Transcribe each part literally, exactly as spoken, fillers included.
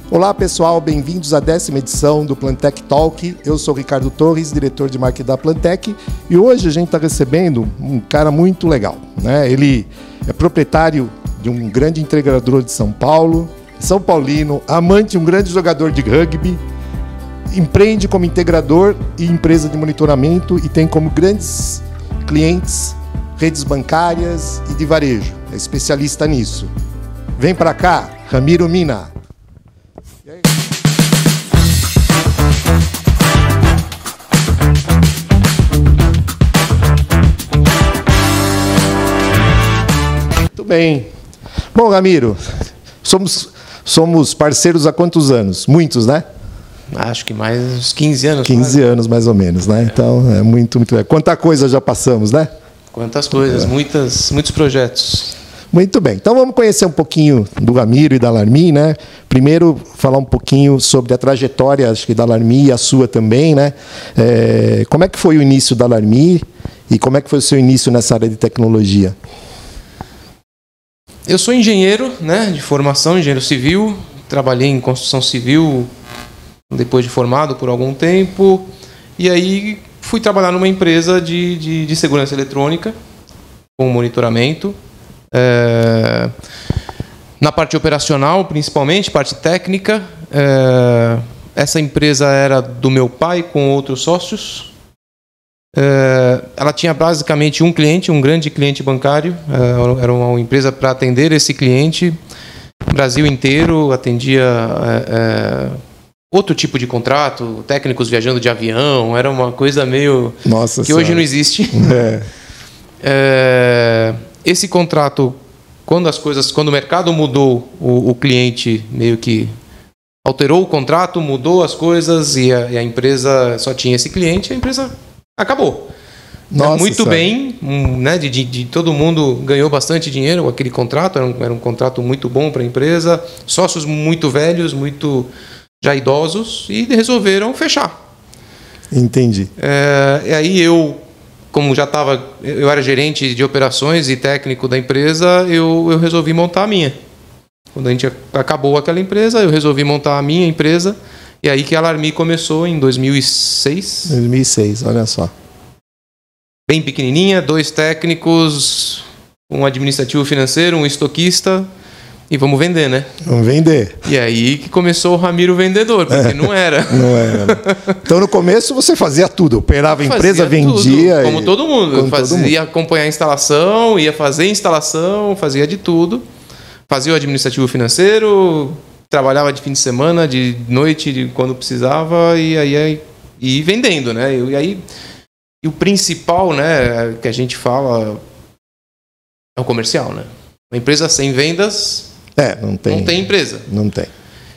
Olá pessoal, bem-vindos à décima edição do Plantec Talk. Eu sou Ricardo Torres, diretor de marketing da Plantec, e hoje a gente está recebendo um cara muito legal, né? Ele é proprietário de um grande integrador de São Paulo, São Paulino, amante de um grande jogador de rugby, empreende como integrador e empresa de monitoramento e tem como grandes clientes redes bancárias e de varejo. É especialista nisso. Vem para cá, Ramiro Mina. Muito bem. Bom, Ramiro, somos, somos parceiros há quantos anos? Muitos, né? Acho que mais uns quinze anos. quinze anos, mais ou menos, né? Então, é muito, muito... Quanta coisa já passamos, né? Quantas coisas, é. muitas, muitos projetos. Muito bem. Então, vamos conhecer um pouquinho do Ramiro e da Alarmi, né? Primeiro, falar um pouquinho sobre a trajetória, acho que da Alarmi e a sua também, né? É, como é que foi o início da Alarmi e como é que foi o seu início nessa área de tecnologia? Eu sou engenheiro, né, de formação, engenheiro civil. Trabalhei em construção civil depois de formado por algum tempo. E aí fui trabalhar numa empresa de, de, de segurança eletrônica, com monitoramento. É, na parte operacional, principalmente, parte técnica. É, essa empresa era do meu pai com outros sócios. É, ela tinha basicamente um cliente, um grande cliente bancário. É, era uma empresa para atender esse cliente. Brasil inteiro, atendia é, é, outro tipo de contrato, técnicos viajando de avião. Era uma coisa meio... Nossa que senhora. Hoje não existe. É. É, esse contrato, quando as coisas, quando o mercado mudou, o, o cliente meio que alterou o contrato, mudou as coisas e a, e a empresa só tinha esse cliente, a empresa acabou. Nossa, muito sabe. bem, um, né, de, de, de todo mundo ganhou bastante dinheiro com aquele contrato, era um, era um contrato muito bom para a empresa, sócios muito velhos, muito já idosos, e resolveram fechar. Entendi. É, e aí eu, como já estava, eu era gerente de operações e técnico da empresa, eu, eu resolvi montar a minha. Quando a gente acabou aquela empresa, eu resolvi montar a minha empresa, e aí que a Alarmi começou em dois mil e seis. dois mil e seis, olha só. Bem pequenininha, dois técnicos, um administrativo financeiro, um estoquista, e vamos vender, né? Vamos vender. E aí que começou o Ramiro vendedor, porque é, não era. Não era. Então, no começo, você fazia tudo. Operava a empresa, fazia vendia. Tudo, como e... todo mundo. Como fazia todo mundo. acompanhar a instalação, ia fazer instalação, fazia de tudo. Fazia o administrativo financeiro, trabalhava de fim de semana, de noite, de quando precisava, e aí, aí e vendendo, né? E aí... E o principal, né, que a gente fala é o comercial, né? Uma empresa sem vendas é, não, tem, não tem empresa. Não tem.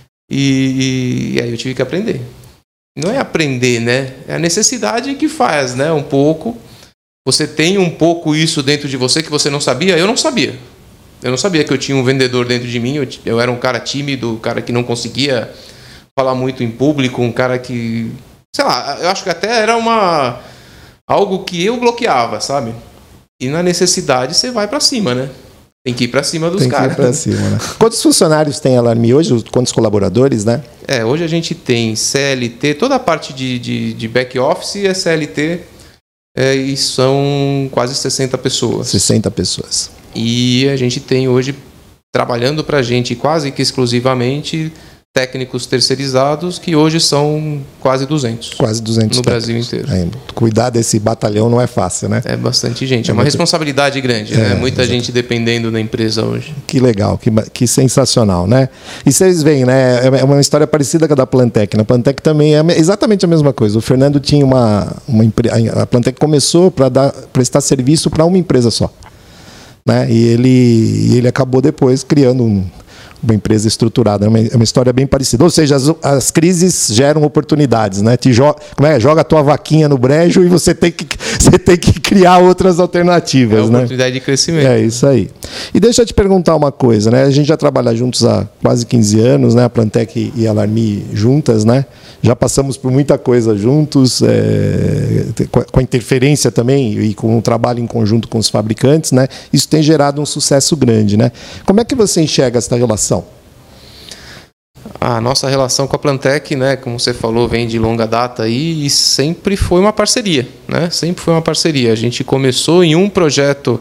E, e aí eu tive que aprender. Não é aprender, né? É a necessidade que faz, né? Um pouco. Você tem um pouco isso dentro de você que você não sabia? Eu não sabia. Eu não sabia que eu tinha um vendedor dentro de mim. Eu, eu era um cara tímido, um cara que não conseguia falar muito em público, um cara que... Sei lá, eu acho que até era uma... algo que eu bloqueava, sabe? E na necessidade você vai para cima, né? Tem que ir para cima dos caras. Tem que ir para cima, né? Quantos funcionários tem a Alarmi hoje? Quantos colaboradores, né? É, hoje a gente tem C L T, toda a parte de, de, de back office é C L T, é, e são quase sessenta pessoas. sessenta pessoas. E a gente tem hoje, trabalhando para a gente quase que exclusivamente, técnicos terceirizados, que hoje são quase duzentos. Quase duzentos no técnicos. Brasil inteiro. É, cuidar desse batalhão não é fácil, né? É bastante gente. É, é uma muito... responsabilidade grande, é, né? Muita exatamente. gente dependendo da empresa hoje. Que legal, que, que sensacional, né? E vocês veem, né? É uma história parecida com a da Plantec. A Plantec também é exatamente a mesma coisa. O Fernando tinha uma... uma a Plantec começou para dar prestar serviço para uma empresa só. Né? E ele, ele acabou depois criando um... uma empresa estruturada, é uma, é uma história bem parecida. Ou seja, as, as crises geram oportunidades, né? Te jo, como é? Joga a tua vaquinha no brejo e você tem que, você tem que criar outras alternativas. É a oportunidade né? de crescimento. É isso aí. E deixa eu te perguntar uma coisa, né? A gente já trabalha juntos há quase quinze anos, né? A Plantec e a Alarmi juntas, né? Já passamos por muita coisa juntos, é, com a interferência também e com o trabalho em conjunto com os fabricantes, né? Isso tem gerado um sucesso grande, né? Como é que você enxerga essa relação? a nossa relação com a Plantec, né, como você falou, vem de longa data aí, e sempre foi uma parceria, né? Sempre foi uma parceria. A gente começou em um projeto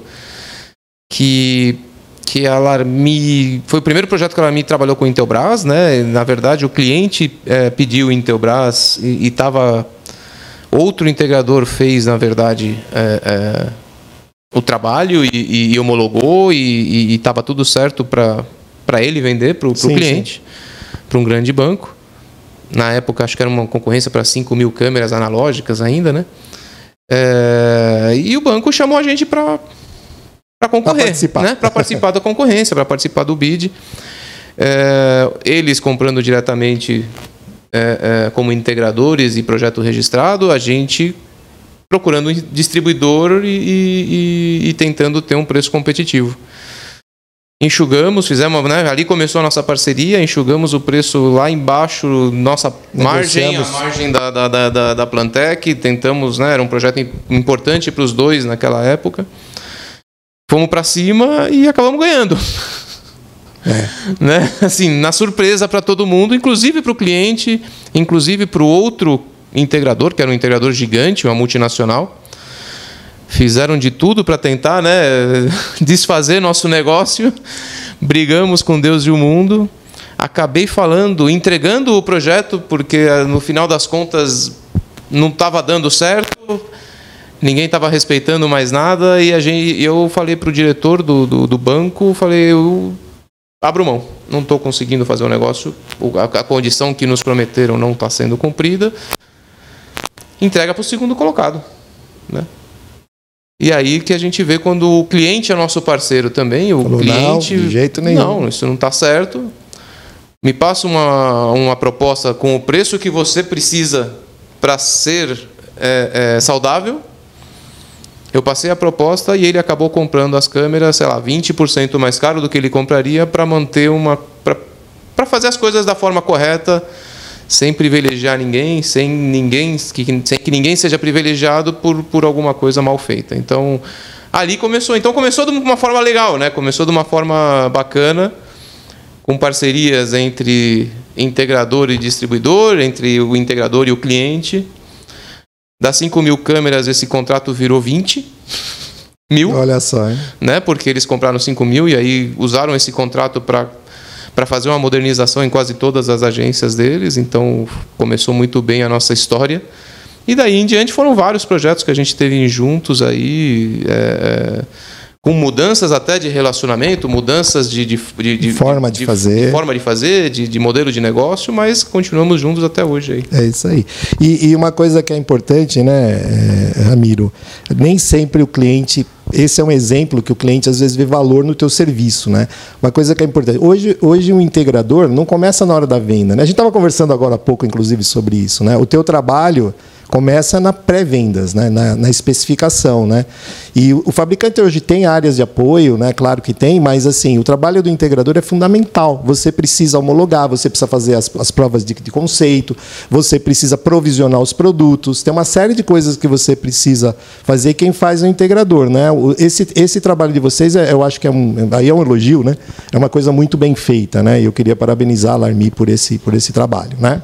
que que a Alarmi foi o primeiro projeto que a Alarmi trabalhou com o Intelbras, né? Na verdade, o cliente é, pediu o Intelbras e estava outro integrador fez, na verdade, é, é, o trabalho e, e homologou e estava tudo certo para para ele vender para o cliente, para um grande banco. Na época, acho que era uma concorrência para cinco mil câmeras analógicas ainda, né? É, e o banco chamou a gente para para concorrer, para participar. Né? Para participar da concorrência, para participar do bid. É, eles comprando diretamente é, é, como integradores e projeto registrado, a gente procurando um distribuidor e, e, e tentando ter um preço competitivo. Enxugamos, fizemos, né? Ali começou a nossa parceria, enxugamos o preço lá embaixo, nossa margem, a margem da, da, da, da Plantec, tentamos, né? Era um projeto importante para os dois naquela época. Fomos para cima e acabamos ganhando. É. Né? Assim, na surpresa para todo mundo, inclusive para o cliente, inclusive para o outro integrador, que era um integrador gigante, uma multinacional. Fizeram de tudo para tentar, né, desfazer nosso negócio. Brigamos com Deus e o mundo. Acabei falando, entregando o projeto, porque no final das contas não estava dando certo. Ninguém estava respeitando mais nada e a gente, eu falei para o diretor do, do, do banco, falei, eu abro mão, não estou conseguindo fazer o negócio, a, a condição que nos prometeram não está sendo cumprida, entrega para o segundo colocado. Né? E aí que a gente vê quando o cliente é nosso parceiro também, o Falou, cliente... Não, de jeito nenhum. Não, isso não está certo, me passa uma, uma proposta com o preço que você precisa para ser é, é, saudável. Eu passei a proposta e ele acabou comprando as câmeras, sei lá, vinte por cento mais caro do que ele compraria para manter uma... para fazer as coisas da forma correta, sem privilegiar ninguém, sem, ninguém, que, sem que ninguém seja privilegiado por, por alguma coisa mal feita. Então, ali começou. Então, começou de uma forma legal, né? Começou de uma forma bacana, com parcerias entre integrador e distribuidor, entre o integrador e o cliente. Das cinco mil câmeras, esse contrato virou vinte mil. Olha só, hein? Né? Porque eles compraram cinco mil e aí usaram esse contrato para para fazer uma modernização em quase todas as agências deles. Então, começou muito bem a nossa história. E daí em diante foram vários projetos que a gente teve juntos aí, é, com mudanças até de relacionamento, mudanças de, de, de, de forma de, de fazer, de forma de fazer, de, de modelo de negócio, mas continuamos juntos até hoje aí. É isso aí. E, e uma coisa que é importante, né, Ramiro, nem sempre o cliente, esse é um exemplo que o cliente às vezes vê valor no teu serviço, né? Uma coisa que é importante. Hoje, hoje um integrador não começa na hora da venda, né? A gente estava conversando agora há pouco, inclusive, sobre isso, né? O teu trabalho começa na pré-vendas, né? na, na especificação. Né? E o, o fabricante hoje tem áreas de apoio, né? Claro que tem, mas assim, o trabalho do integrador é fundamental. Você precisa homologar, você precisa fazer as, as provas de, de conceito, você precisa provisionar os produtos, tem uma série de coisas que você precisa fazer. Quem faz é o integrador. Né? Esse, esse trabalho de vocês, é, eu acho que é um, aí é um elogio, né? É uma coisa muito bem feita. Né? E eu queria parabenizar a Alarmi por esse, por esse trabalho. Né?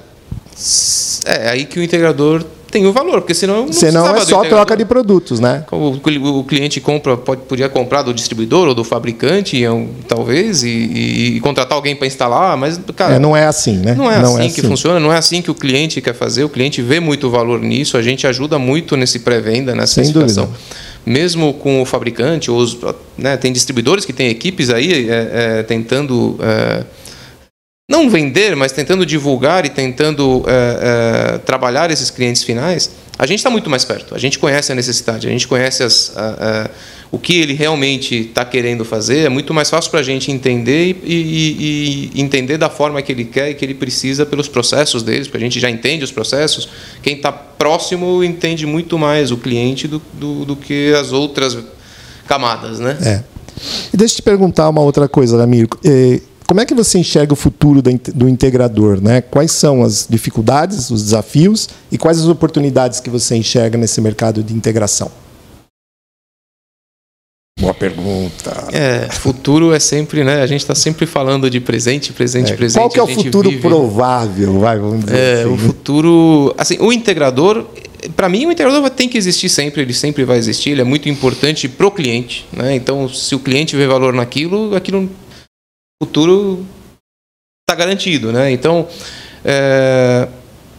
É aí que o integrador tem o valor, porque senão não senão é só troca de produtos, né? O, o cliente compra, pode, podia comprar do distribuidor ou do fabricante, talvez, e, e, e contratar alguém para instalar, mas, cara... É, não é assim, né? Não é não assim é que assim. funciona, não é assim que o cliente quer fazer, o cliente vê muito valor nisso, a gente ajuda muito nesse pré-venda, nessa especificação. Mesmo com o fabricante, ou os, né, tem distribuidores que têm equipes aí é, é, tentando... É, não vender, mas tentando divulgar e tentando é, é, trabalhar esses clientes finais, a gente está muito mais perto. A gente conhece a necessidade, a gente conhece as, a, a, o que ele realmente está querendo fazer. É muito mais fácil para a gente entender e, e, e entender da forma que ele quer e que ele precisa pelos processos deles, porque a gente já entende os processos. Quem está próximo entende muito mais o cliente do, do, do que as outras camadas. Né? É. E deixa eu te perguntar uma outra coisa, Ramiro. É... Como é que você enxerga o futuro do integrador? Né? Quais são as dificuldades, os desafios e quais as oportunidades que você enxerga nesse mercado de integração? Boa pergunta. É, futuro é sempre, né? A gente está sempre falando de presente, presente, é, presente. Qual que é o futuro vive... provável? Vai, vamos dizer é, assim. O futuro... Assim, o integrador... Para mim, o integrador tem que existir sempre, ele sempre vai existir, ele é muito importante para o cliente, né? Então, se o cliente vê valor naquilo, aquilo no futuro está garantido, né? Então, é...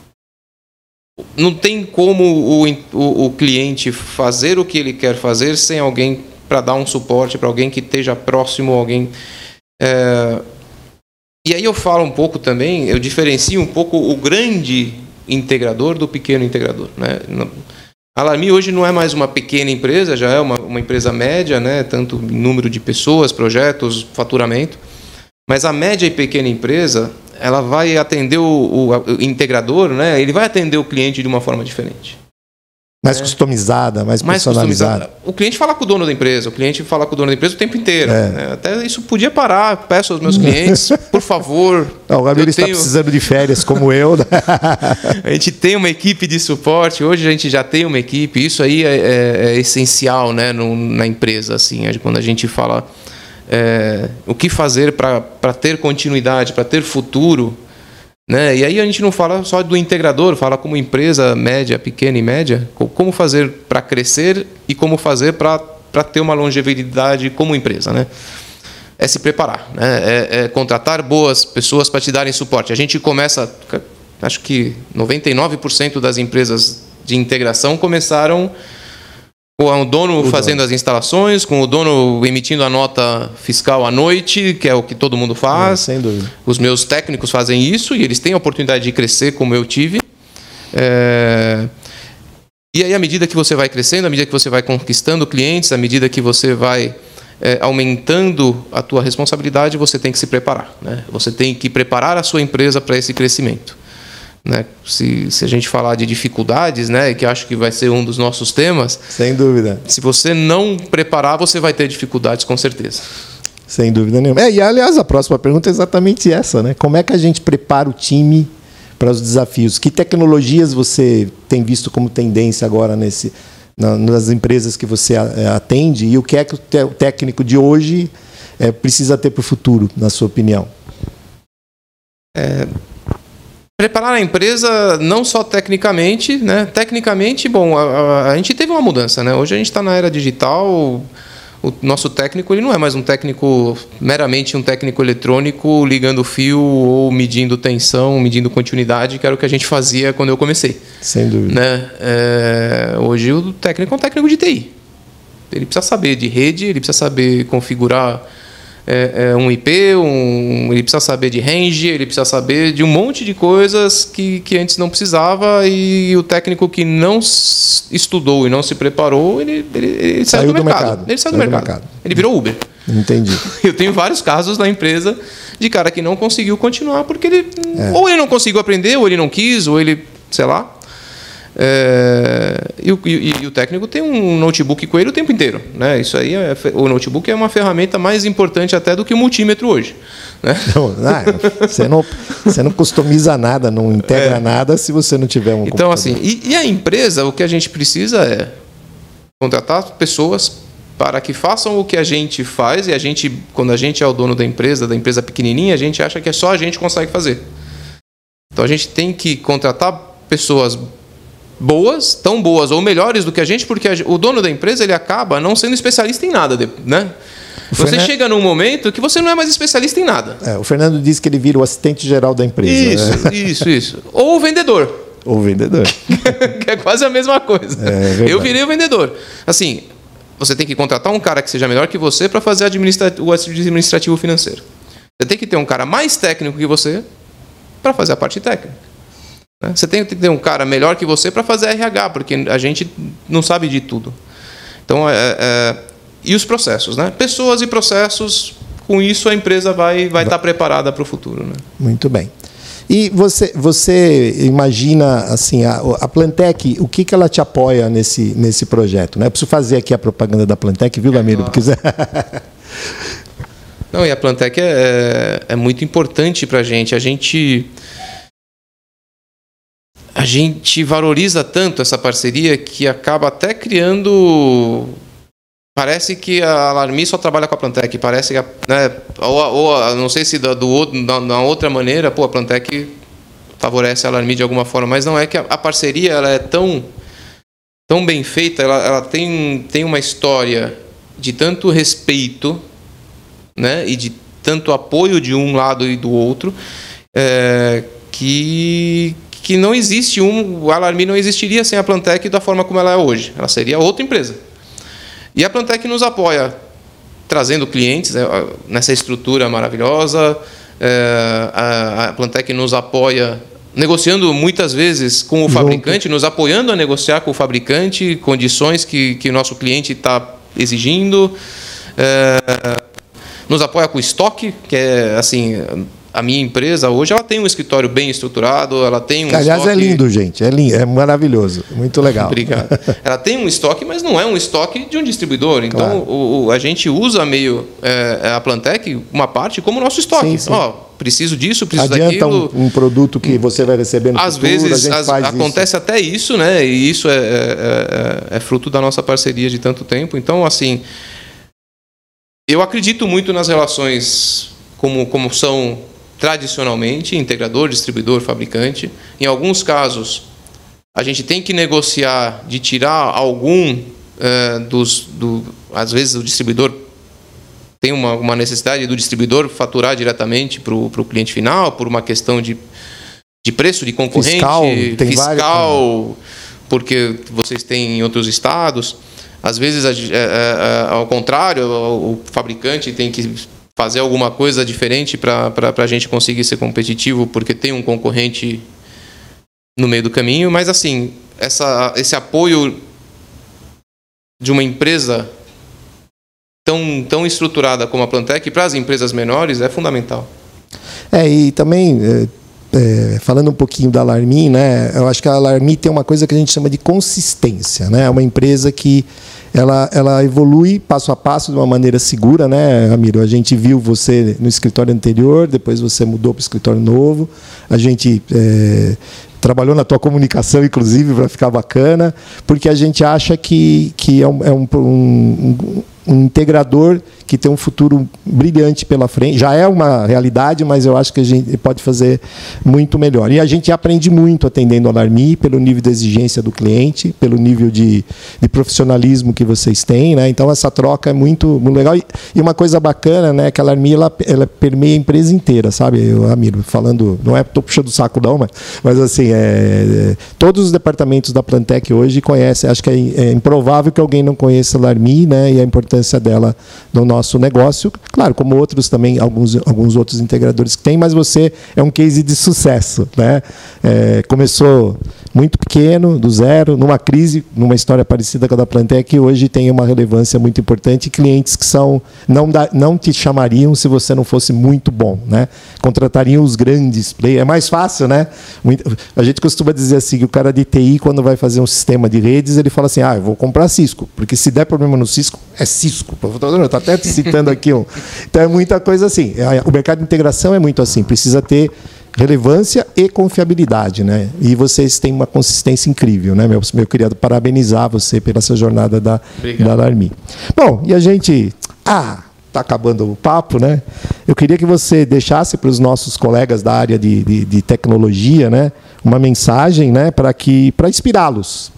não tem como o, o, o cliente fazer o que ele quer fazer sem alguém para dar um suporte, para alguém que esteja próximo, alguém... É... E aí eu falo um pouco também, eu diferencio um pouco o grande integrador do pequeno integrador, né? A Alarmi hoje não é mais uma pequena empresa, já é uma, uma empresa média, né? Tanto em número de pessoas, projetos, faturamento. Mas a média e pequena empresa, ela vai atender o, o, o integrador, né? Ele vai atender o cliente de uma forma diferente. Mais é. customizada, mais, mais personalizada. Customizada. O cliente fala com o dono da empresa, o cliente fala com o dono da empresa o tempo inteiro. É. Né? Até isso podia parar. Peço aos meus clientes, por favor. Não, o Gabriel está tenho... precisando de férias, como eu. Né? A gente tem uma equipe de suporte. Hoje a gente já tem uma equipe. Isso aí é, é, é essencial, né, no, na empresa. Assim, quando a gente fala é, o que fazer para ter continuidade, para ter futuro. Né? E aí a gente não fala só do integrador, fala como empresa média, pequena e média, como fazer para crescer e como fazer para ter uma longevidade como empresa. Né? É se preparar, né? é, é contratar boas pessoas para te darem suporte. A gente começa, acho que noventa e nove por cento das empresas de integração começaram com o dono o fazendo dono. as instalações, com o dono emitindo a nota fiscal à noite, que é o que todo mundo faz. É, sem dúvida. Os meus técnicos fazem isso e eles têm a oportunidade de crescer como eu tive. É... E aí, à medida que você vai crescendo, à medida que você vai conquistando clientes, à medida que você vai é, aumentando a tua responsabilidade, você tem que se preparar. Né? Você tem que preparar a sua empresa para esse crescimento. Né? Se, se a gente falar de dificuldades, né, que acho que vai ser um dos nossos temas... Sem dúvida. Se você não preparar, você vai ter dificuldades, com certeza. Sem dúvida nenhuma. É, e, aliás, a próxima pergunta é exatamente essa. Né? Como é que a gente prepara o time para os desafios? Que tecnologias você tem visto como tendência agora nesse, na, nas empresas que você atende? E o que é que o técnico de hoje é, precisa ter para o futuro, na sua opinião? É... Preparar a empresa não só tecnicamente, né? Tecnicamente, bom, a, a, a gente teve uma mudança, né? Hoje a gente está na era digital, o, o nosso técnico ele não é mais um técnico, meramente um técnico eletrônico ligando fio ou medindo tensão, medindo continuidade, que era o que a gente fazia quando eu comecei. Sem dúvida. Né? É, hoje o técnico é um técnico de T I. Ele precisa saber de rede, ele precisa saber configurar É, é um I P, um, ele precisa saber de range, ele precisa saber de um monte de coisas que, que antes não precisava, e o técnico que não estudou e não se preparou, ele, ele, ele saiu, saiu do, do mercado. mercado. Ele saiu, saiu do, mercado. do mercado. Ele virou Uber. Entendi. Eu tenho vários casos na empresa de cara que não conseguiu continuar porque ele é. ou ele não conseguiu aprender, ou ele não quis, ou ele, sei lá. É, e, o, e, e o técnico tem um notebook com ele o tempo inteiro, né? Isso aí é, o notebook é uma ferramenta mais importante até do que o multímetro hoje, né? Não, não, você, não, você não customiza nada, não integra é. nada se você não tiver um então computador. assim, e, e a empresa, o que a gente precisa é contratar pessoas para que façam o que a gente faz, e a gente, quando a gente é o dono da empresa, da empresa pequenininha, a gente acha que é só a gente consegue fazer. Então a gente tem que contratar pessoas boas, tão boas ou melhores do que a gente, porque a, o dono da empresa ele acaba não sendo especialista em nada, né? Você Fernando... chega num momento que você não é mais especialista em nada. É, o Fernando disse que ele vira o assistente geral da empresa. Isso, né? isso, isso. Ou o vendedor. Ou o vendedor. Que é quase a mesma coisa. É, eu virei o vendedor. Assim, você tem que contratar um cara que seja melhor que você para fazer administra... o administrativo financeiro. Você tem que ter um cara mais técnico que você para fazer a parte técnica. Você tem que ter um cara melhor que você para fazer R H, porque a gente não sabe de tudo. Então, é, é, e os processos, né? Pessoas e processos, com isso a empresa vai, vai estar preparada para o futuro. Né? Muito bem. E você, você imagina, assim, a, a Plantec, o que, que ela te apoia nesse, nesse projeto? Né? Eu preciso fazer aqui a propaganda da Plantec, viu, Gamiro? Porque... Não, e a Plantec é, é muito importante para a gente. A gente... A gente valoriza tanto essa parceria que acaba até criando Parece que a Alarmi só trabalha com a Plantec, parece que, a, né, ou, ou não sei se da, do, da, da outra maneira, pô, a Plantec favorece a Alarmi de alguma forma, mas não é que a, a parceria ela é tão, tão bem feita, ela, ela tem, tem uma história de tanto respeito, né, e de tanto apoio de um lado e do outro, é, que, que não existe um, a Alarmi não existiria sem a Plantec da forma como ela é hoje, ela seria outra empresa. E a Plantec nos apoia, trazendo clientes nessa estrutura maravilhosa. A Plantec nos apoia, negociando muitas vezes com o fabricante, nos apoiando a negociar com o fabricante condições que, que o nosso cliente está exigindo. Nos apoia com o estoque, que é assim... A minha empresa hoje ela tem um escritório bem estruturado, ela tem um Aliás, estoque... é lindo, gente, é lindo, é maravilhoso, muito legal. Obrigado. Ela tem um estoque, mas não é um estoque de um distribuidor. Então, claro. o, o, a gente usa meio é, a Plantec, uma parte, como nosso estoque. Sim, sim. Ó, preciso disso, preciso Adianta daquilo. Um, um produto que você vai receber no Às futuro, vezes a gente as, faz acontece isso. até isso, né? E isso é, é, é fruto da nossa parceria de tanto tempo. Então, assim, eu acredito muito nas relações como, como são... tradicionalmente, integrador, distribuidor, fabricante. Em alguns casos, a gente tem que negociar de tirar algum é, dos... Do, às vezes, o distribuidor tem uma, uma necessidade do distribuidor faturar diretamente para o cliente final, por uma questão de, de preço, de concorrente, fiscal, tem fiscal várias... porque vocês têm em outros estados. Às vezes, é, é, ao contrário, o fabricante tem que... fazer alguma coisa diferente para a gente conseguir ser competitivo, porque tem um concorrente no meio do caminho. Mas, assim, essa, esse apoio de uma empresa tão, tão estruturada como a Plantec para as empresas menores é fundamental. É, e também, é, é, falando um pouquinho da Alarmi, né, eu acho que a Alarmi tem uma coisa que a gente chama de consistência, né? É uma empresa que Ela, ela evolui passo a passo de uma maneira segura, né, Ramiro? A gente viu você no escritório anterior, depois você mudou para o escritório novo. A gente é, trabalhou na tua comunicação, inclusive, para ficar bacana, porque a gente acha que, que é, um, é um, um, um integrador que tem um futuro brilhante pela frente. Já é uma realidade, mas eu acho que a gente pode fazer muito melhor. E a gente aprende muito atendendo a Alarmi, pelo nível de exigência do cliente, pelo nível de, de profissionalismo que vocês têm, né? Então, essa troca é muito, muito legal. E, e uma coisa bacana, né, que a Alarmi ela, ela permeia a empresa inteira, sabe, Ramiro? Falando, não é estou puxando o saco não, mas, mas assim, é, é, todos os departamentos da Plantec hoje conhecem. Acho que é, é improvável que alguém não conheça a Alarmi, né, e a importância dela no nosso nosso negócio, claro, como outros também, alguns, alguns outros integradores que tem, mas você é um case de sucesso, né? É, começou muito pequeno, do zero, numa crise, numa história parecida com a da Plantec, que hoje tem uma relevância muito importante, clientes que são, não, dá, não te chamariam se você não fosse muito bom, né? Contratariam os grandes players, é mais fácil, né? A gente costuma dizer assim, que o cara de T I, quando vai fazer um sistema de redes, ele fala assim, ah, eu vou comprar Cisco, porque se der problema no Cisco, é Cisco. Está até citando aqui um. Então é muita coisa assim. O mercado de integração é muito assim, precisa ter relevância e confiabilidade, né? E vocês têm uma consistência incrível, né, meu, meu querido? Parabenizar você pela essa jornada da, da Alarmi. Bom, e a gente... Ah, está acabando o papo, né? Eu queria que você deixasse para os nossos colegas da área de, de, de tecnologia, né, uma mensagem, né, para que, para inspirá-los.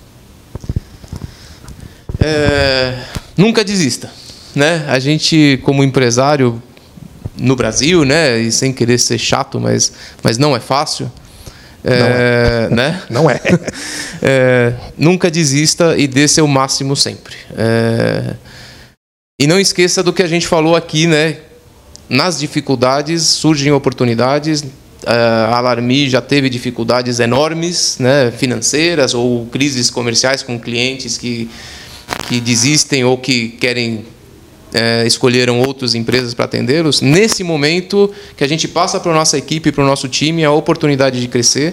É, nunca desista, né? A gente, como empresário no Brasil, né, e sem querer ser chato, mas, mas não é fácil. É, não é. Né? Não é. É, nunca desista e dê seu máximo sempre. É, e não esqueça do que a gente falou aqui, né? Nas dificuldades surgem oportunidades. A Alarmi já teve dificuldades enormes, né, financeiras ou crises comerciais com clientes que, que desistem ou que querem é, escolheram outras empresas para atendê-los. Nesse momento que a gente passa para a nossa equipe, para o nosso time, a oportunidade de crescer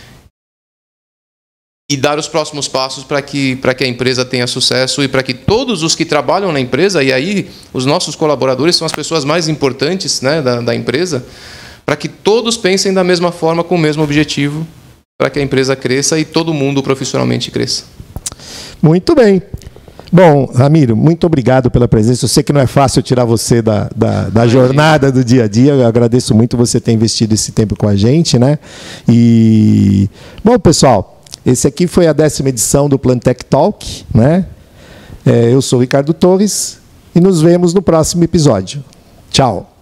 e dar os próximos passos para que, para que a empresa tenha sucesso e para que todos os que trabalham na empresa, e aí os nossos colaboradores são as pessoas mais importantes, né, da, da empresa, para que todos pensem da mesma forma, com o mesmo objetivo, para que a empresa cresça e todo mundo profissionalmente cresça. Muito bem. Bom, Ramiro, muito obrigado pela presença. Eu sei que não é fácil tirar você da, da, da jornada do dia a dia. Eu agradeço muito você ter investido esse tempo com a gente, né? E, bom, pessoal, esse aqui foi a décima edição do Plantec Talk, né? É, eu sou o Ricardo Torres e nos vemos no próximo episódio. Tchau.